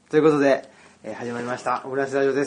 ということで、始まりましたオムラジラジオです。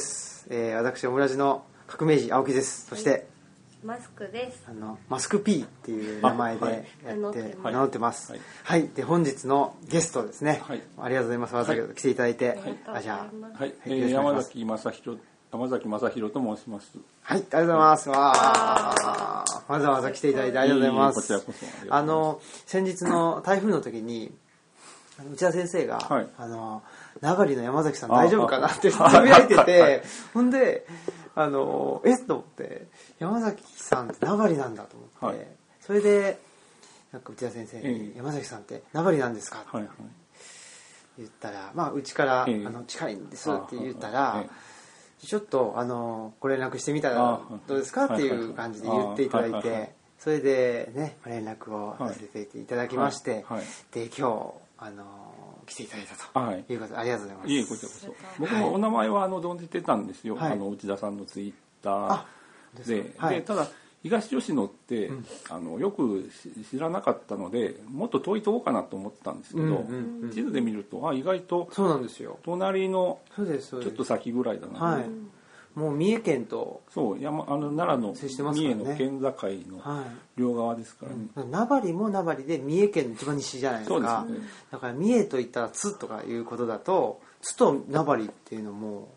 私オムラジの革命児青木です。そして、 マスクです。 マスク P っていう名前でやって名乗ってます。はい。で本日のゲストですね。はい、ありがとうございます。わざわざ来ていただいて、じゃあ、 はい、山崎正弘と申します。 はい、ありがとうございます。わざわざ来ていただいてありがとうございます。 こちらこそ先日の台風の時に内田先生が、はい、名張の山崎さん大丈夫かなってつぶやいてて、ほんでと思って山崎さんって名張なんだと思って、はい、それでなんか内田先生に、山崎さんって名張なんですかって言ったら、まあうちから近いんですって言ったら、ちょっとご連絡してみたらどうですかっていう感じで言っていただいて、それでね連絡をさせていただきまして、で今日来ていただいたということで、ありがとうございます。 いえ、こちらこそ。僕もお名前は存じてたんですよ。内田さんのツイッターで、ただ東吉野って、よく知らなかったので、もっと遠いとこかなと思ったんですけど、地図で見ると意外とそうなんですよ。 隣のちょっと先ぐらいだな。 もう三重県と奈良の三重の県境の両側ですからね。 名張も名張で三重県の一番西じゃないですか。 そうですね。 だから三重といったら津とかいうことだと、津と名張っていうのも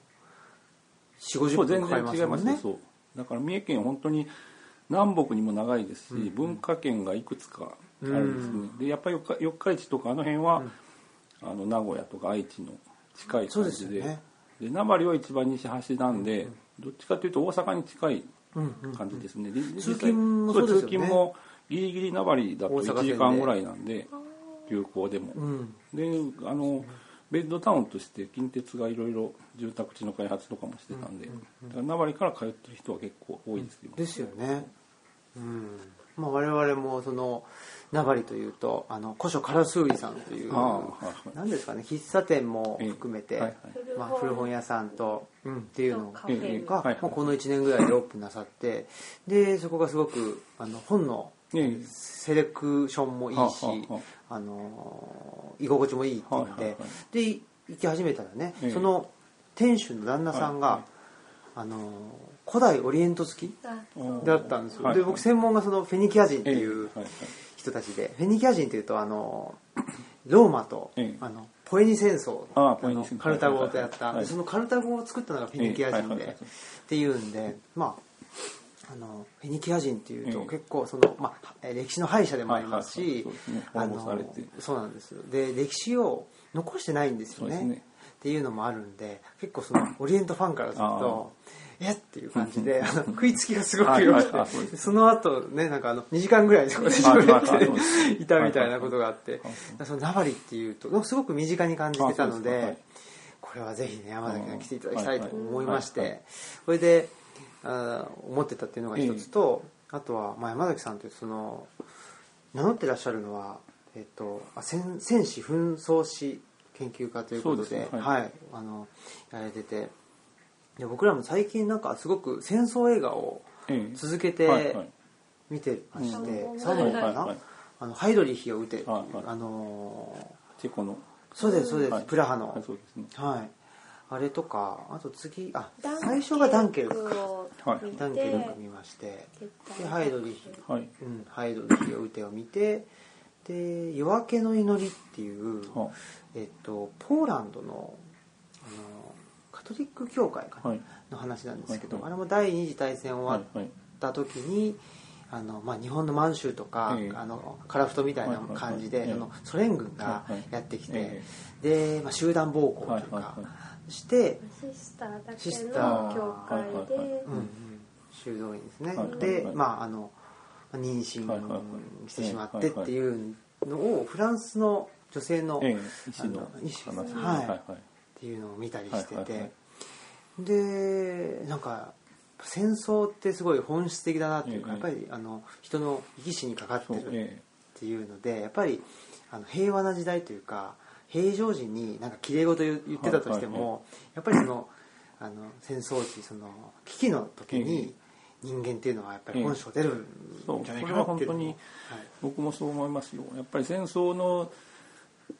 4、50分かかりますもんね。 全然違いますよ。そうだから三重県本当に南北にも長いですし、文化圏がいくつかあるんですね。でやっぱり四日市とか辺は、名古屋とか愛知の近い感じで。で名張は一番西端なんで、どっちかというと大阪に近い感じですね。 通勤もそうですよね。 通勤もギリギリ名張だと1時間ぐらいなんで、急行でも。でベッドタウンとして近鉄がいろいろ住宅地の開発とかもしてたんで、名張から通ってる人は結構多いですよ。 ですよね。まあ我々もその名張というと古書カラスウリさんという何ですかね、喫茶店も含めて、古本屋さんとっていうのがもうこの1年ぐらいでオープンなさって、でそこがすごく本のセレクションもいいし居心地もいいって言ってで行き始めたらね、その店主の旦那さんが古代オリエント好きだったんですよ。で僕専門がそのフェニキア人っていう人たちで、フェニキア人っていうとローマとポエニ戦争カルタゴとやったそのカルタゴを作ったのがフェニキア人でっていうんで、まあフェニキア人っていうと結構その歴史の敗者でもありますし、そうなんです。で歴史を残してないんですよねっていうのもあるんで、結構そのオリエントファンからするとっていう感じで食いつきがすごく良くて、その後ねなんか2時間ぐらいそこで喋っていたみたいなことがあって、その名張っていうとすごく身近に感じてたので、これはぜひね山崎さんに来ていただきたいと思いまして、それで思ってたっていうのが一つと、あとは山崎さんというその名乗ってらっしゃるのは戦士紛争史研究家ということでやられてて、で僕らも最近なんかすごく戦争映画を続けて見てまして、3本かな、ハイドリヒを撃てっていうチェコのそうですプラハのあれとか、あと次最初がダンケルクか、ダンケルク見まして、でハイドリヒを撃てを見て、で夜明けの祈りっていうポーランドのカトリック教会かなの話なんですけど、あれも第二次大戦終わった時に日本の満州とか樺太みたいな感じでソ連軍がやってきて、で集団暴行というかしてシスターだけの教会で修道院ですね。で妊娠してしまってっていうのをフランスの女性の医師っていうのを見たりしてて、でなんか戦争ってすごい本質的だなっていうか、やっぱり人の生き死にかかってるっていうので、やっぱり平和な時代というか平常時になんか綺麗事言ってたとしても、やっぱりその戦争時その危機の時に人間っていうのはやっぱり本性出るんじゃないかなっていうのを、 これは本当に僕もそう思いますよ。やっぱり戦争の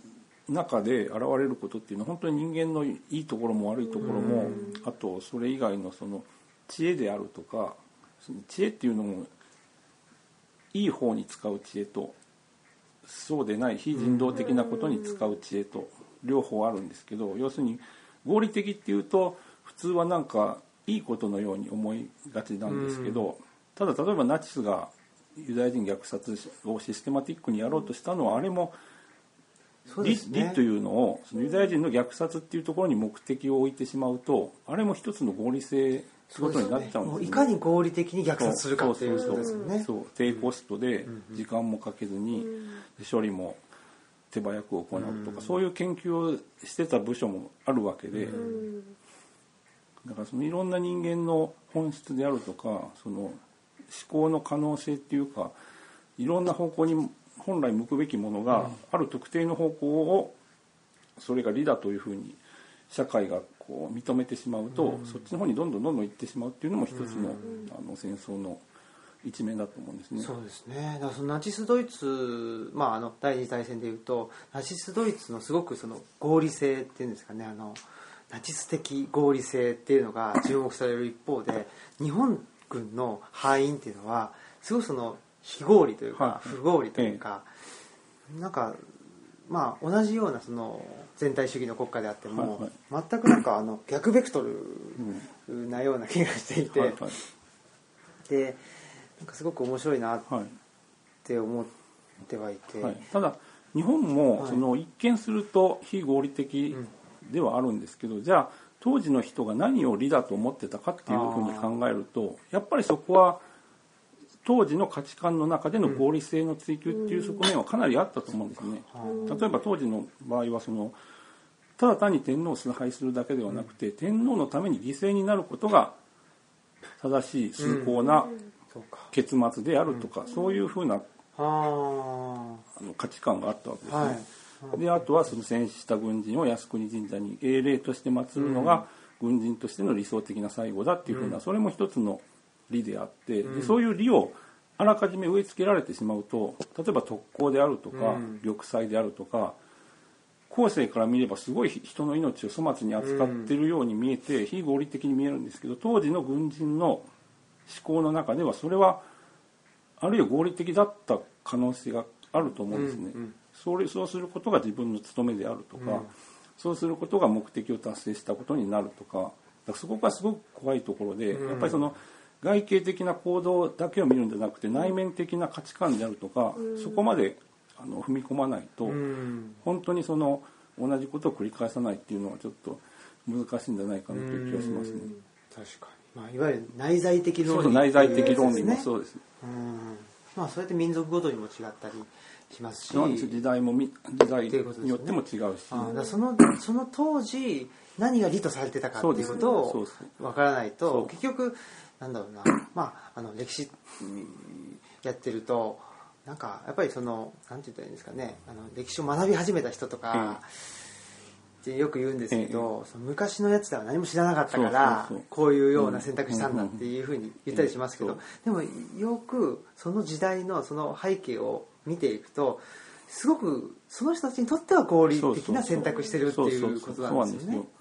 中で現れることっていうのは本当に人間のいいところも悪いところも、あとそれ以外のその知恵であるとか、その知恵っていうのもいい方に使う知恵とそうでない非人道的なことに使う知恵と両方あるんですけど、要するに合理的っていうと普通はなんかいいことのように思いがちなんですけど、ただ例えばナチスがユダヤ人虐殺をシステマティックにやろうとしたのはあれも理というのをそのユダヤ人の虐殺っていうところに目的を置いてしまうと、あれも一つの合理性ってことになっちゃうんですね。 いかに合理的に虐殺するかっていうことですよね。 そう低コストで時間もかけずに処理も手早く行うとか、そういう研究をしてた部署もあるわけで、だからそのいろんな人間の本質であるとか、その思考の可能性っていうか、いろんな方向に本来向くべきものがある特定の方向をそれが理だというふうに社会がこう認めてしまうと、そっちの方にどんどん行ってしまうっていうのも一つの、戦争の一面だと思うんですね。 そうですね。だからそのナチスドイツ、第二次大戦でいうとナチスドイツのすごくその合理性っていうんですかね、ナチス的合理性っていうのが注目される一方で、日本軍の敗因っていうのはすごくその非合理というか不合理というか、なんか同じようなその全体主義の国家であっても、全くなんか逆ベクトルなような気がしていて、でなんかすごく面白いなって思ってはいて、 ただ日本もその一見すると非合理的ではあるんですけど、じゃあ当時の人が何を理だと思ってたかっていうふうに考えると、やっぱりそこは当時の価値観の中での合理性の追求っていう側面はかなりあったと思うんですね。例えば当時の場合はそのただ単に天皇を崇拝するだけではなくて、天皇のために犠牲になることが正しい崇高な結末であるとか、そういうふうな価値観があったわけですね。であとはその戦死した軍人を靖国神社に英霊として祀るのが軍人としての理想的な最後だっていうふうな、それも一つの理であって、でそういう理をあらかじめ植え付けられてしまうと、例えば特攻であるとか玉砕であるとか、後世から見ればすごい人の命を粗末に扱っているように見えて非合理的に見えるんですけど、当時の軍人の思考の中ではそれはあるいは合理的だった可能性があると思うんですね。そうすることが自分の務めであるとか、そうすることが目的を達成したことになるとか、だからそこがすごく怖いところで、やっぱりその外形的な行動だけを見るんじゃなくて、内面的な価値観であるとか、そこまで踏み込まないと、本当にその同じことを繰り返さないっていうのはちょっと難しいんじゃないかなという気がしますね。 確かに、いわゆる内在的論理、 そう内在的論理もそうです。 それって民族ごとにも違ったりしますし、 時代によっても違うし、 その当時何が理とされてたかっていうことを分からないと、結局なんだろうな、歴史やってるとなんかやっぱりそのなんて言ったらいいんですかね、歴史を学び始めた人とかってよく言うんですけど、その昔のやつらは何も知らなかったからこういうような選択したんだっていうふうに言ったりしますけど、でもよくその時代のその背景を見ていくと、すごくその人たちにとっては合理的な選択してるっていうことなんですよね。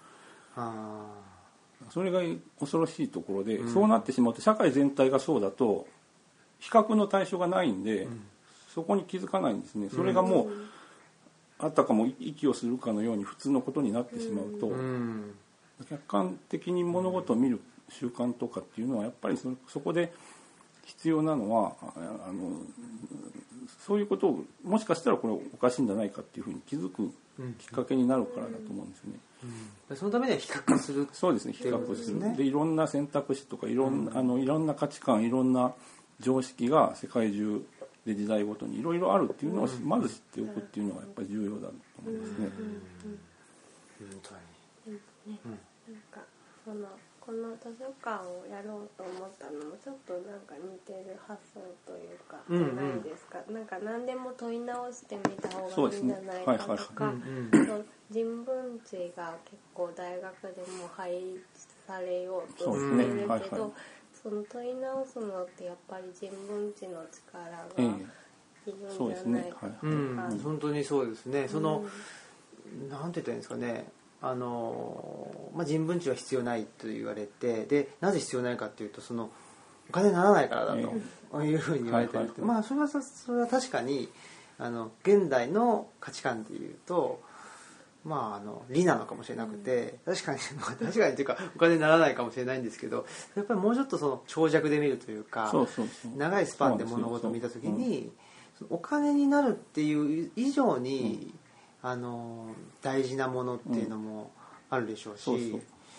それが恐ろしいところで、そうなってしまうと社会全体がそうだと比較の対象がないんで、そこに気づかないんですね。それがもうあたかも息をするかのように普通のことになってしまうと、客観的に物事を見る習慣とかっていうのはやっぱりそこで必要なのはそういうことをもしかしたらこれおかしいんじゃないかっていうふうに気づくきっかけになるからだと思うんですね。 そのためには比較する。 そうですね、比較する。でいろんな選択肢とかいろんな価値観、いろんな常識が世界中で時代ごとにいろいろあるっていうのをまず知っておくっていうのがやっぱり重要だと思いますね。 なんかこの図書館をやろうと思ったのもちょっとなんか似てる発想というかじゃないですか。なんか何でも問い直してみた方がいいんじゃないかとか、人文知が結構大学でも廃止されようとしているけど、その問い直すのってやっぱり人文知の力がいるんじゃないかとか、 本当にそうですね。 なんて言ったらいいんですかね、人文知は必要ないと言われて、でなぜ必要ないかっていうと、そのお金にならないからだというふうに言われてるって、まあそれは確かに現代の価値観でいうと理なのかもしれなくて、確かにというかお金にならないかもしれないんですけど、やっぱりもうちょっとその長尺で見るというか、長いスパンで物事を見た時に、お金になるっていう以上に、大事なものっていうのもあるでしょうし、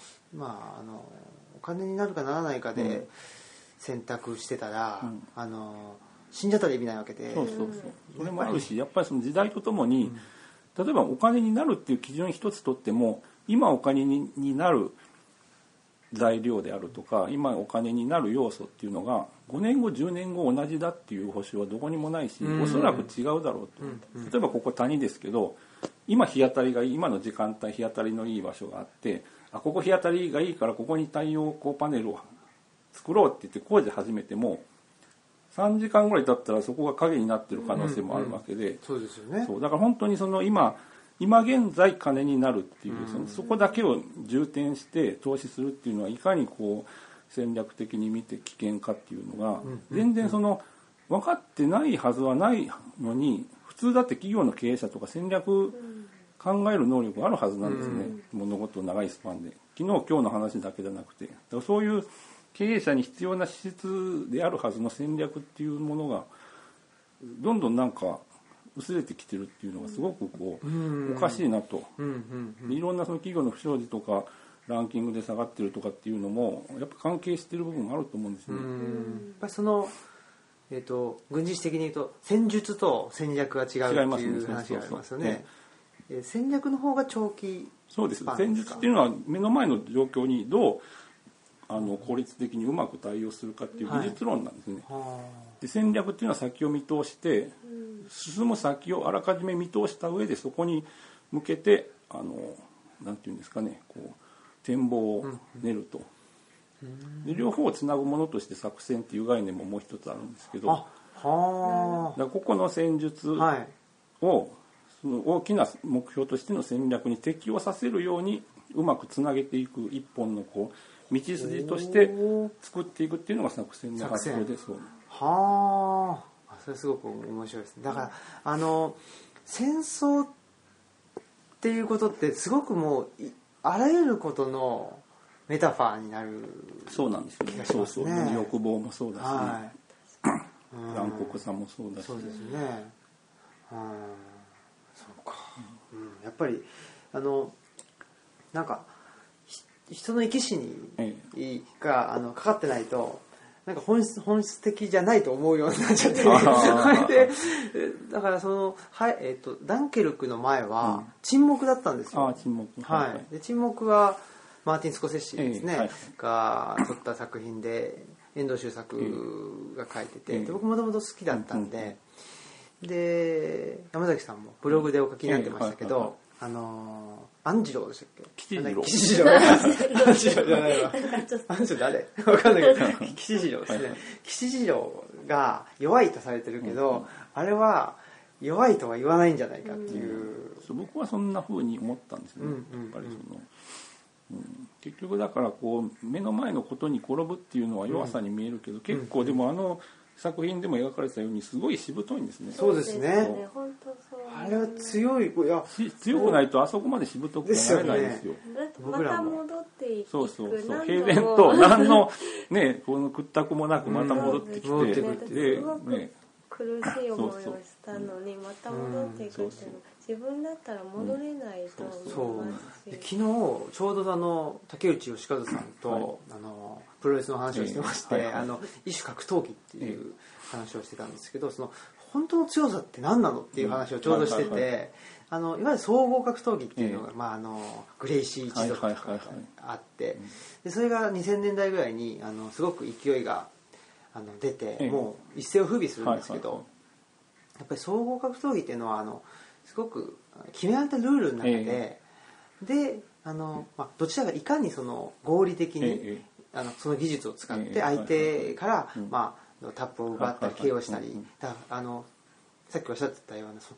お金になるかならないかで選択してたら、死んじゃったら意味ないわけで、 それもあるし、やっぱりその時代とともに、例えばお金になるっていう基準一つとっても、今お金になる材料であるとか、今お金になる要素っていうのが5年後10年後同じだっていう保証はどこにもないし、おそらく違うだろうと。例えばここ谷ですけど、今日当たりがいい、今の時間帯日当たりのいい場所があって、ここ日当たりがいいからここに太陽光パネルを作ろうって言って工事始めても、3時間ぐらい経ったらそこが影になってる可能性もあるわけで、 そうですよね。 だから本当にその今現在金になるっていう、そこだけを重点して投資するっていうのは、いかにこう戦略的に見て危険かっていうのが、全然その分かってないはずはないのに、普通だって企業の経営者とか戦略考える能力があるはずなんですね、物事を長いスパンで。昨日今日の話だけじゃなくて、だからそういう経営者に必要な資質であるはずの戦略っていうものがどんどんなんか薄れてきてるっていうのがすごくこうおかしいなと。いろんなその企業の不祥事とかランキングで下がってるとかっていうのもやっぱ関係してる部分があると思うんですね。 やっぱりその軍事史的に言うと戦術と戦略が違うっていう話がありますよね。戦略の方が長期そうです。戦術っていうのは目の前の状況にどう効率的にうまく対応するかっていう技術論なんですね。で戦略っていうのは先を見通して、進む先をあらかじめ見通した上で、そこに向けてなんていうんですかね、こう展望を練ると。で両方をつなぐものとして作戦っていう概念ももう一つあるんですけど、だからここの戦術を、その大きな目標としての戦略に適応させるようにうまくつなげていく一本のこう道筋として作っていくっていうのが作戦の発想です。 はあ、それすごく面白いですね。だから戦争っていうことってすごくもうあらゆることのメタファーになるそうなんですよね。そう欲望もそうだし、残酷さもそうだし。 そうですね。そうか。やっぱりなんか人の生き死にがかかってないとなんか本質的じゃないと思うようになっちゃってでだからダンケルクの前は沈黙だったんですよ。で沈黙はマーティン・スコセッシですね、が撮った作品で遠藤周作が書いてて、で僕もともと好きだったんで、で山崎さんもブログでお書きになってましたけど、安次郎でしたっけ？吉次郎。安次郎じゃないわ。安次郎誰？わかんないけど、吉次郎ですね。吉次郎が弱いとされてるけど、あれは弱いとは言わないんじゃないかっていう。 僕はそんな風に思ったんですね。やっぱり結局だからこう目の前のことに転ぶっていうのは弱さに見えるけど、結構でも作品でも描かれたようにすごいしぶといんですね。 そうですね。あれは強い。 強くないとあそこまでしぶとくなれないですよ。 また戻っていく。 そう平然と何のねこの屈託もなくまた戻ってきて、 で苦しい思いをしたのにまた戻っていくっていうの、自分だったら戻れないと思いますし。 昨日ちょうど竹内義和さんとプロレスの話をしてまして、異種格闘技っていう話をしてたんですけど、その本当の強さって何なのっていう話をちょうどしてて、いわゆる総合格闘技っていうのが、グレイシー一族とかあって、でそれが2000年代ぐらいにすごく勢いが出て、もう一世を風靡するんですけど、やっぱり総合格闘技っていうのはすごく決められたルールの中で、どちらがいかにその合理的にその技術を使って相手から、タップを奪ったり KO したり、さっきおっしゃってたような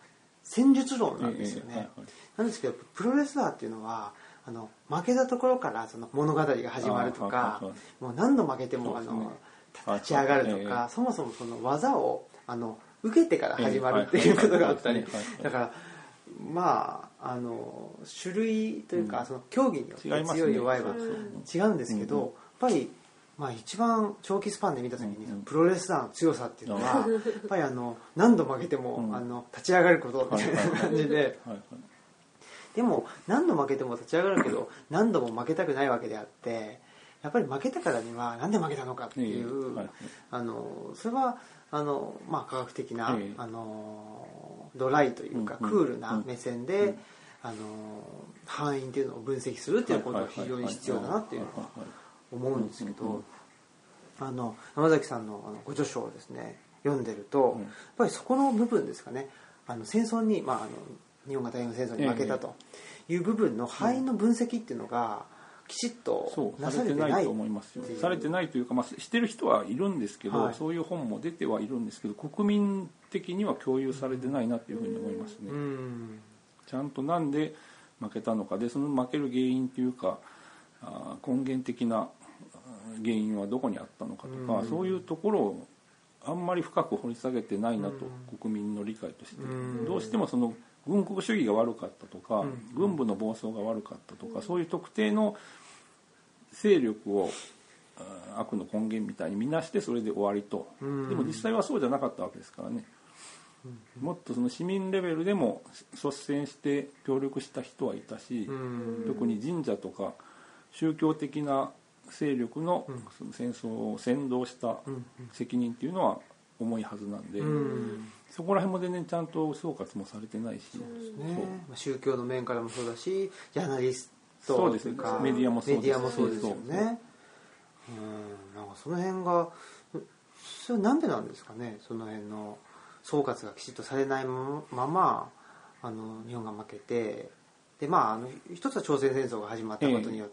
戦術論なんですよね。なんですけどプロレスラーっていうのは負けたところからその物語が始まるとか、もう何度負けても立ち上がるとか、そもそもその技を受けてから始まるっていうことがあったり、だからまあ種類というか、その競技によって強い弱いは違うんですけど、やっぱりまあ一番長期スパンで見た時にプロレスラーの強さっていうのはやっぱり何度負けても立ち上がることみたいな感じで、でも何度負けても立ち上がるけど何度も負けたくないわけであって、やっぱり負けたからにはなんで負けたのかっていう、それはまあ科学的なドライというかクールな目線で敗因っていうのを分析するっていうことが非常に必要だなっていうのは思うんですけど、山崎さんのご著書をですね読んでると、やっぱりそこの部分ですかね、戦争に日本が太平洋戦争に負けたという部分の敗因の分析っていうのがきちっとなされてないと思いますよ。 されてないというか、してる人はいるんですけど、そういう本も出てはいるんですけど、国民的には共有されてないなというふうに思いますね。ちゃんとなんで負けたのかで、その負ける原因というか根源的な原因はどこにあったのかとか、そういうところをあんまり深く掘り下げてないなと、国民の理解として。どうしてもその軍国主義が悪かったとか、軍部の暴走が悪かったとか、そういう特定の勢力を悪の根源みたいに見なしてそれで終わりと。でも実際はそうじゃなかったわけですからね。もっとその市民レベルでも率先して協力した人はいたし、特に神社とか宗教的な勢力のその戦争を扇動した責任っていうのは重いはずなんで、そこら辺も全然ちゃんと総括もされてないし、 宗教の面からもそうだし、ジャーナリストというかメディアもそうですよね。なんかその辺がそれなんでなんですかね。その辺の総括がきちっとされないまま日本が負けて、で一つは朝鮮戦争が始まったことによって、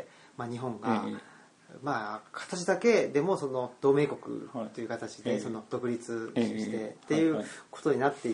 日本が形だけでもその同盟国という形でその独立してっていうことになっていって、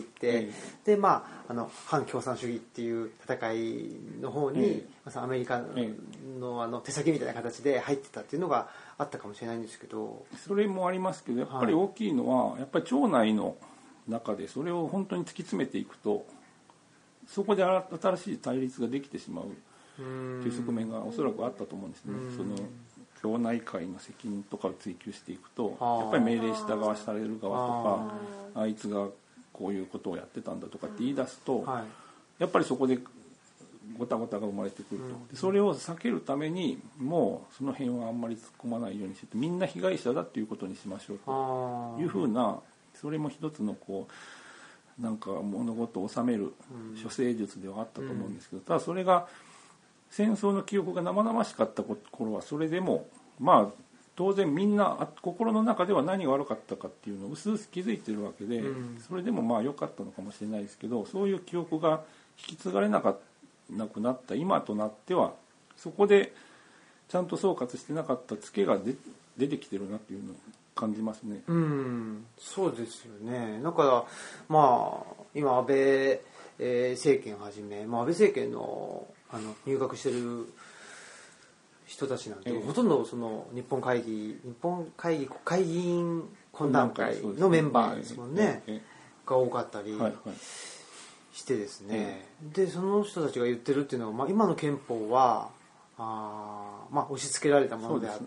で反共産主義っていう戦いの方にアメリカの手先みたいな形で入ってたっていうのがあったかもしれないんですけど、 それもありますけど、やっぱり大きいのはやっぱり町内の中でそれを本当に突き詰めていくと、そこで新しい対立ができてしまうという側面がおそらくあったと思うんですね。その町内会の責任とかを追求していくと、やっぱり命令従わされる側とか、あいつがこういうことをやってたんだとかって言い出すと、やっぱりそこでごたごたが生まれてくると。それを避けるためにもうその辺はあんまり突っ込まないようにして、みんな被害者だっていうことにしましょうというふうな、それも一つのなんか物事を収める処世術ではあったと思うんですけど、ただそれが戦争の記憶が生々しかった頃はそれでも当然みんな心の中では何が悪かったかっていうのを薄々気づいてるわけで、それでも良かったのかもしれないですけど、そういう記憶が引き継がれなくなった今となっては、そこでちゃんと総括してなかったツケが出てきてるなっていうのを感じますね。 そうですよね。だから今安倍政権をはじめ、安倍政権の入閣してる人たちなんて、ほとんどその日本会議国会議員懇談会のメンバーですもんね、が多かったりしてですね、でその人たちが言ってるっていうのは、今の憲法は押し付けられたものであって、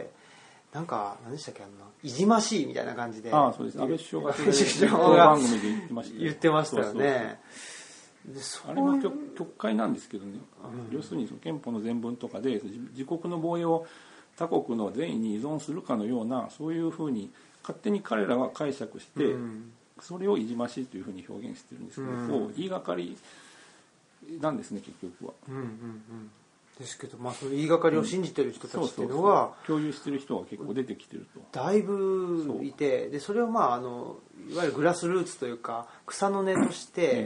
なんか何でしたっけ、いじましいみたいな感じで、 そうです、安倍首相が番組で言ってましたよね。あれも曲解なんですけどね、要するにその憲法の前文とかで自国の防衛を他国の善意に依存するかのような、そういうふうに勝手に彼らは解釈して、それをいじましいというふうに表現してるんですけど、言いがかりなんですね結局は。 ですけど、その言いがかりを信じてる人たちっていうのが共有してる人が結構出てきてるとだいぶいて、でそれをいわゆるグラスルーツというか草の根として、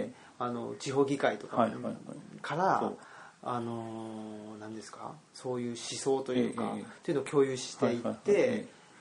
地方議会とかから何ですか、そういう思想というか、っていうのを共有していって、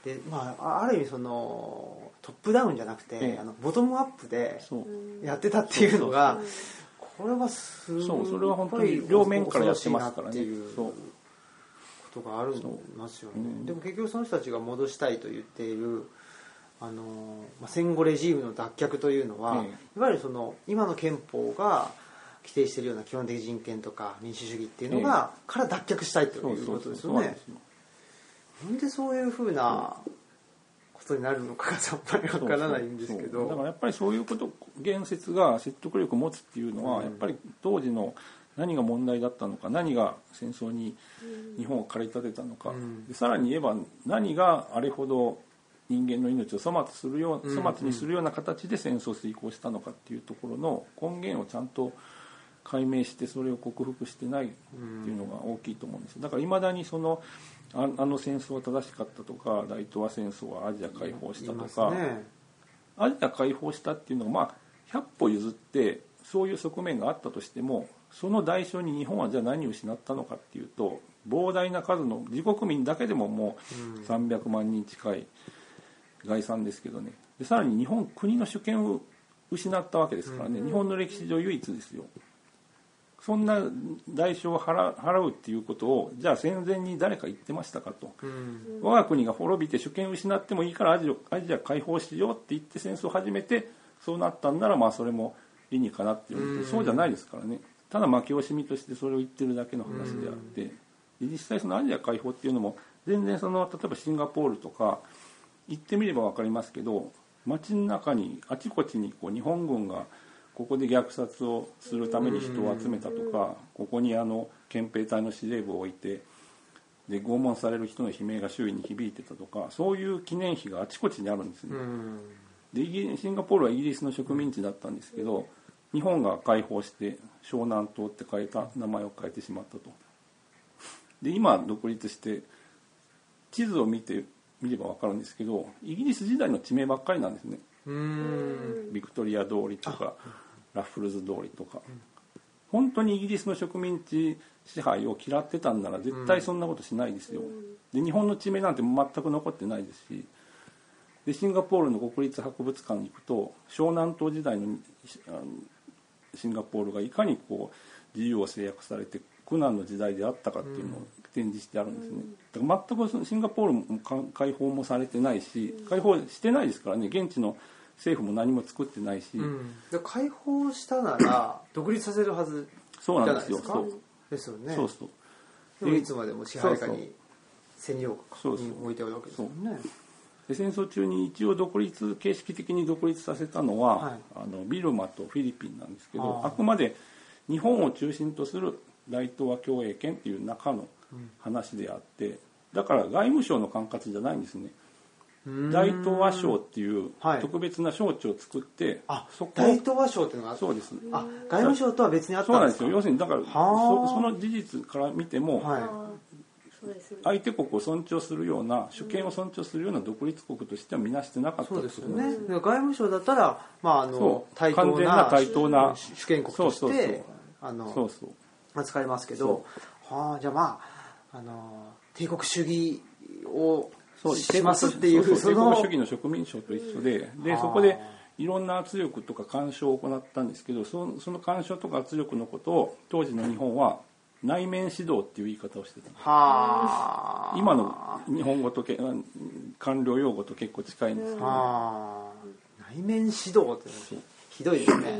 で、まあ、ある意味そのトップダウンじゃなくて、ボトムアップでやってたっていうのが、これはすごい、 そうそれは本当に両面からやってますからねっていうことがあるんますよね。でも結局その人たちが戻したいと言っている戦後レジームの脱却というのは、いわゆるその今の憲法が規定しているような基本的人権とか民主主義っていうのが、から脱却したいということですよね。なんでそういうふうなことになるのかがさっぱりわからないんですけど、 だからやっぱりそういうこと言説が説得力を持つっていうのは、やっぱり当時の何が問題だったのか、何が戦争に日本を駆り立てたのか、でさらに言えば何があれほど人間の命を粗末にするような形で戦争を遂行したのかっていうところの根源をちゃんと解明してそれを克服してないっていうのが大きいと思うんです。だからいまだにそのあの戦争は正しかったとか、大東亜戦争はアジア解放したとか、アジア解放したっていうのがまあ100歩譲ってそういう側面があったとしても、その代償に日本はじゃあ何を失ったのかっていうと、膨大な数の自国民だけでももう300万人近い概算ですけどね。でさらに日本国の主権を失ったわけですからね、日本の歴史上唯一ですよ。そんな代償を払うっていうことをじゃあ戦前に誰か言ってましたかと、我が国が滅びて主権を失ってもいいからアジア解放しようって言って戦争を始めて、そうなったんならまあそれも理にかなっていう、そうじゃないですからね。ただ負け惜しみとしてそれを言ってるだけの話であって、で実際そのアジア解放っていうのも全然その例えばシンガポールとか行ってみれば分かりますけど、街の中にあちこちにこう日本軍がここで虐殺をするために人を集めたとか、ここに憲兵隊の司令部を置いてで拷問される人の悲鳴が周囲に響いてたとか、そういう記念碑があちこちにあるんですね。でシンガポールはイギリスの植民地だったんですけど、日本が解放して湘南島って名前を変えてしまったと。で今独立して地図を見てみれば分かるんですけど、イギリス時代の地名ばっかりなんですね。ビクトリア通りとかラッフルズ通りとか、本当にイギリスの植民地支配を嫌ってたんなら絶対そんなことしないですよ。で日本の地名なんて全く残ってないですし、でシンガポールの国立博物館に行くと湘南島時代のシンガポールがいかにこう自由を制約されて苦難の時代であったかっていうのを展示してあるんですね。だから全くシンガポールも解放もされてないし、解放してないですからね。現地の政府も何も作ってないし、 解放したなら独立させるはずじゃないですか。そうですよね。でもいつまでも支配下に占領下に置いておるわけですよね。 で戦争中に一応形式的に独立させたのは、ビルマとフィリピンなんですけど、あくまで日本を中心とする大東亜共栄圏っていう中の話であって、だから外務省の管轄じゃないんですね。大東亜省っていう特別な省庁を作って、 大東亜省っていうのがそうです。 外務省とは別にあったんですか。 そうなんですよ。要するにだからその事実から見ても、相手国を尊重するような主権を尊重するような独立国としては見なしてなかった。 そうですよね。外務省だったら完全な対等な主権国として扱いますけど、じゃあ帝国主義をしますっていう帝国主義の植民省と一緒で、そこでいろんな圧力とか干渉を行ったんですけど、その干渉とか圧力のことを当時の日本は内面指導っていう言い方をしてたんです。今の日本語と官僚用語と結構近いんですけど、 内面指導ってひどいですね。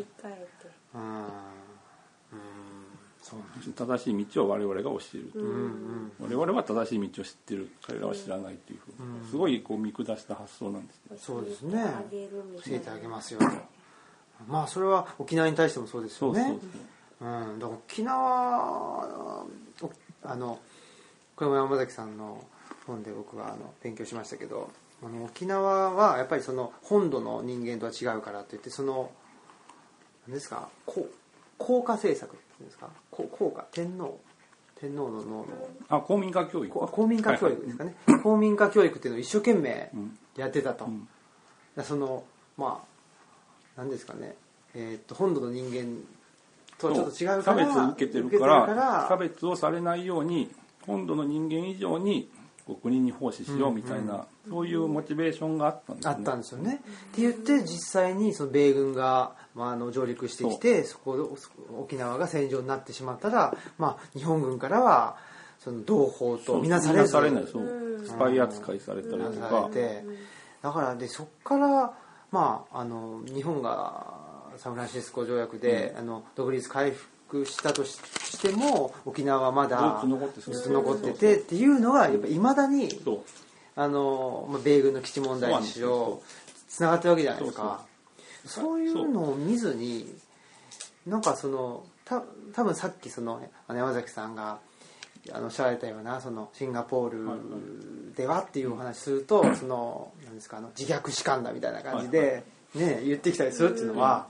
正しい道を我々が教えると、我々は正しい道を知ってる、彼らは知らないというふうに、すごいこう見下した発想なんですね。 そうですね。教えてあげますよと。それは沖縄に対してもそうですよね。だから沖縄これも山崎さんの本で僕は勉強しましたけど、沖縄はやっぱりその本土の人間とは違うからといって、その何ですか、校歌政策っていうんですか、校歌、天皇の脳の公民化教育、 公民化教育ですかね、公民化教育っていうのを一生懸命やってたと、その何ですかね、本土の人間とはちょっと違うから、 差別を受けてるから差別をされないように本土の人間以上に国に奉仕しようみたいな、そういうモチベーションがあったんですね。 あったんですよね。って言って実際にその米軍が、上陸してきて、そこ沖縄が戦場になってしまったら、日本軍からはその同胞と見なされず、 スパイ扱いされたりとか、 だからでそこから日本がサンフランシスコ条約で、独立回復したとしても沖縄はまだずっと残っててっていうのがやっぱいまだに米軍の基地問題にしろつながってるわけじゃないですか。そういうのを見ずになんかその多分さっきその山崎さんがおっしゃられたようなそのシンガポールではっていうお話すると、そのなんですか自虐史観だみたいな感じでね言ってきたりするっていうのは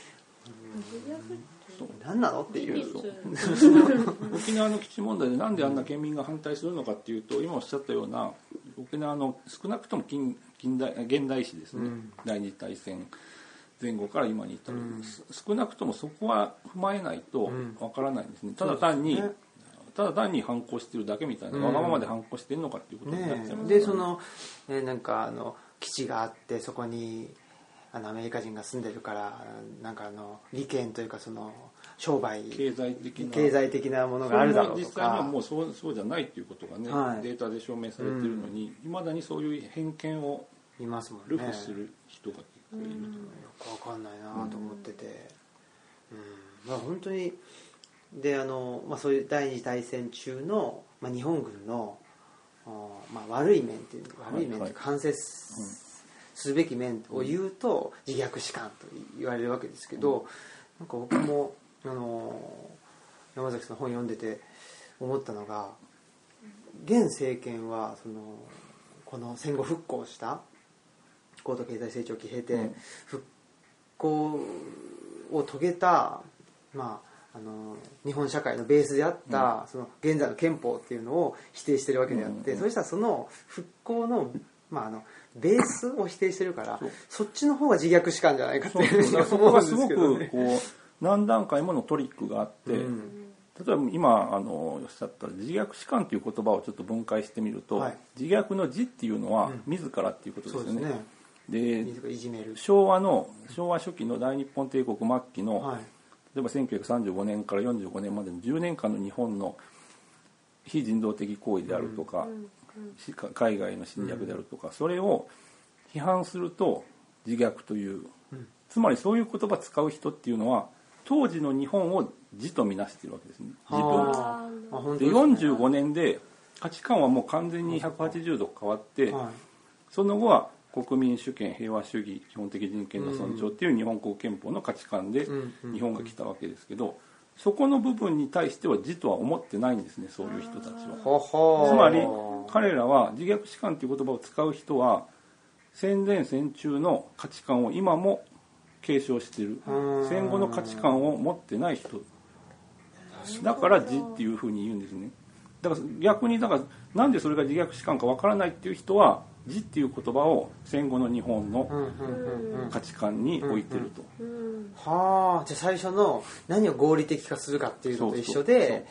何なのっていう。 沖縄の基地問題でなんであんな県民が反対するのかっていうと、今おっしゃったような沖縄の少なくとも現代史ですね、第二次大戦前後から今に至る、少なくともそこは踏まえないとわからないんですね。ただ単に反抗してるだけみたいな、わがままで反抗してるのかっていうことになっちゃいます、 でその、なんか基地があってそこにアメリカ人が住んでるからなんか利権というかその商売経済的なものがあるだろうとか、 実際にはもうそうじゃないっていうことがね、データで証明されてるのに、いまだにそういう偏見を流布する人が結構いると、よくわかんないなと思ってて、本当にでそういう第二次大戦中の、日本軍の、悪い面っていう反省するべき面を言うと自虐史観と言われるわけですけど、なんか僕も山崎さんの本読んでて思ったのが、現政権はこの戦後復興した高度経済成長期経て復興を遂げた、日本社会のベースであったその現在の憲法っていうのを否定してるわけであって、そうしたらその復興のベースを否定してるから、そっちの方が自虐史観じゃないかっていうふうに思うんですけどね。 すごく何段階ものトリックがあって、例えば今おっしゃった自虐史観という言葉をちょっと分解してみると、自虐の自っていうのは自らっていうことですよね。で昭和初期の大日本帝国末期の、例えば1935年から45年までの10年間の日本の非人道的行為であるとか、海外の侵略であるとか、それを批判すると自虐という、つまりそういう言葉使う人っていうのは当時の日本を自とみなしているわけですね、自分で。45年で価値観はもう完全に180度変わって、その後は国民主権、平和主義、基本的人権の尊重っていう日本国憲法の価値観で日本が来たわけですけど、そこの部分に対しては自とは思ってないんですね、そういう人たちは。つまり彼らは自虐史観という言葉を使う人は戦前戦中の価値観を今も継承している、戦後の価値観を持ってない人だから自っていうふうに言うんですね。だから逆になんでそれが自虐史観かわからないっていう人は自っていう言葉を戦後の日本の価値観に置いてると。 はあ、じゃあ最初の何を合理的化するかっていうのと一緒で、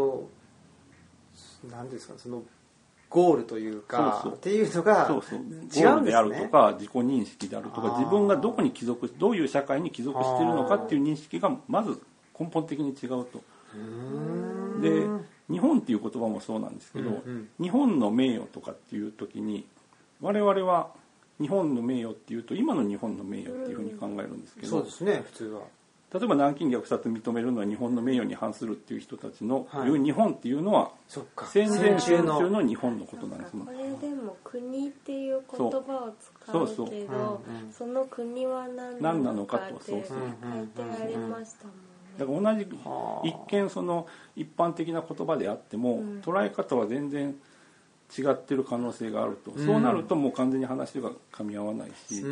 何ですか、そのゴールというかっていうのが違うんですね。ゴールであるとか自己認識であるとか、自分がどこに帰属、どういう社会に帰属しているのかっていう認識がまず根本的に違うと。で日本っていう言葉もそうなんですけど、日本の名誉とかっていう時に我々は日本の名誉っていうと今の日本の名誉っていうふうに考えるんですけど、 そうですね、普通は。 例えば南京虐殺認めるのは日本の名誉に反するっていう人たちの言う日本っていうのは戦前戦中の日本のことなんですね。 これでも国っていう言葉を使うけど、その国は何なのかって書いてありましたもんね。 だから同じ一見その一般的な言葉であっても、捉え方は全然違ってる可能性があると。そうなるともう完全に話が噛み合わないし、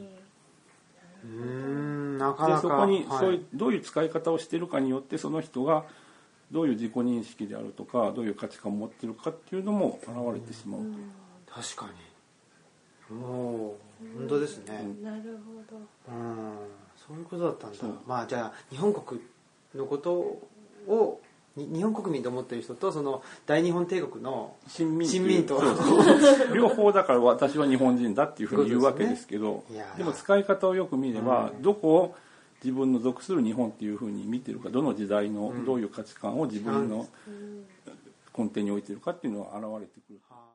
なかなかでそこにそういう、どういう使い方をしているかによってその人がどういう自己認識であるとかどういう価値観を持っているかっていうのも現れてしまう。 確かに、もう本当ですね。 なるほど。 そういうことだったんだ。じゃあ日本国のことを日本国民と思ってる人とその大日本帝国の親民と両方だから私は日本人だっていうふうに言うわけですけど、でも使い方をよく見れば、どこを自分の属する日本っていうふうに見てるか、どの時代のどういう価値観を自分の根底に置いてるかっていうのが現れてくる。